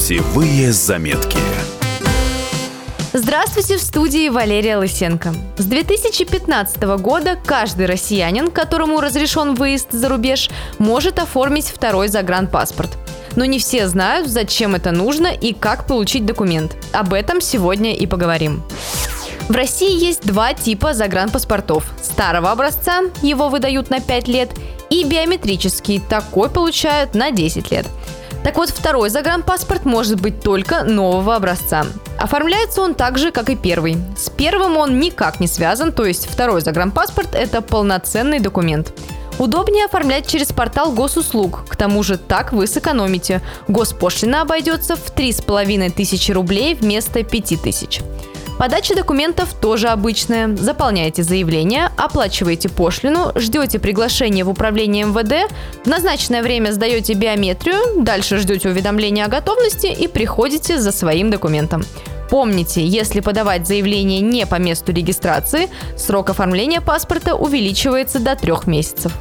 Путевые заметки. Здравствуйте, в студии Валерия Лысенко. С 2015 года каждый россиянин, которому разрешен выезд за рубеж, может оформить второй загранпаспорт. Но не все знают, зачем это нужно и как получить документ. Об этом сегодня и поговорим. В России есть два типа загранпаспортов. Старого образца, его выдают на 5 лет, и биометрический, такой получают на 10 лет. Так вот, второй загранпаспорт может быть только нового образца. Оформляется он так же, как и первый. С первым он никак не связан, то есть второй загранпаспорт – это полноценный документ. Удобнее оформлять через портал госуслуг, к тому же так вы сэкономите. Госпошлина обойдется в 3500 рублей вместо 5000. Подача документов тоже обычная. Заполняете заявление, оплачиваете пошлину, ждете приглашения в управление МВД, в назначенное время сдаете биометрию, дальше ждете уведомления о готовности и приходите за своим документом. Помните, если подавать заявление не по месту регистрации, срок оформления паспорта увеличивается до 3 месяцев.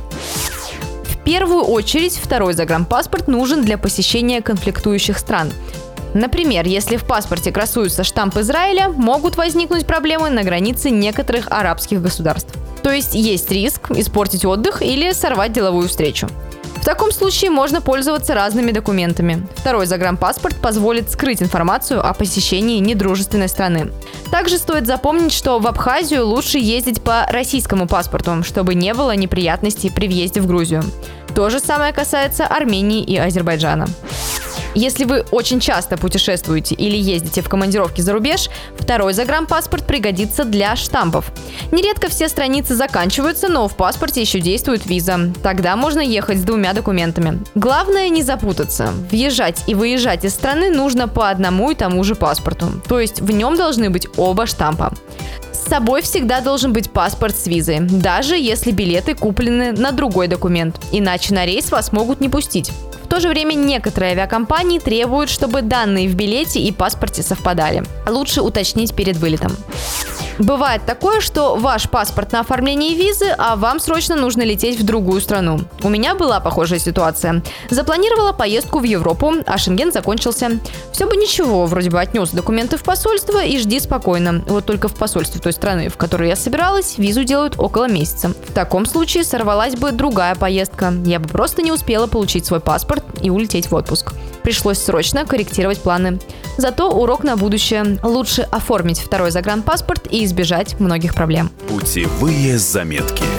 В первую очередь второй загранпаспорт нужен для посещения конфликтующих стран. Например, если в паспорте красуется штамп Израиля, могут возникнуть проблемы на границе некоторых арабских государств. То есть риск испортить отдых или сорвать деловую встречу. В таком случае можно пользоваться разными документами. Второй загранпаспорт позволит скрыть информацию о посещении недружественной страны. Также стоит запомнить, что в Абхазию лучше ездить по российскому паспорту, чтобы не было неприятностей при въезде в Грузию. То же самое касается Армении и Азербайджана. Если вы очень часто путешествуете или ездите в командировки за рубеж, второй загранпаспорт пригодится для штампов. Нередко все страницы заканчиваются, но в паспорте еще действует виза. Тогда можно ехать с 2 документами. Главное не запутаться. Въезжать и выезжать из страны нужно по одному и тому же паспорту. То есть в нем должны быть оба штампа. С собой всегда должен быть паспорт с визой, даже если билеты куплены на другой документ. Иначе на рейс вас могут не пустить. В то же время некоторые авиакомпании требуют, чтобы данные в билете и паспорте совпадали. Лучше уточнить перед вылетом. Бывает такое, что ваш паспорт на оформление визы, а вам срочно нужно лететь в другую страну. У меня была похожая ситуация. Запланировала поездку в Европу, а Шенген закончился. Все бы ничего, вроде бы отнес документы в посольство и жди спокойно. Вот только в посольстве той страны, в которой я собиралась, визу делают около месяца. В таком случае сорвалась бы другая поездка. Я бы просто не успела получить свой паспорт и улететь в отпуск. Пришлось срочно корректировать планы. Зато урок на будущее. Лучше оформить второй загранпаспорт и избежать многих проблем. Путевые заметки.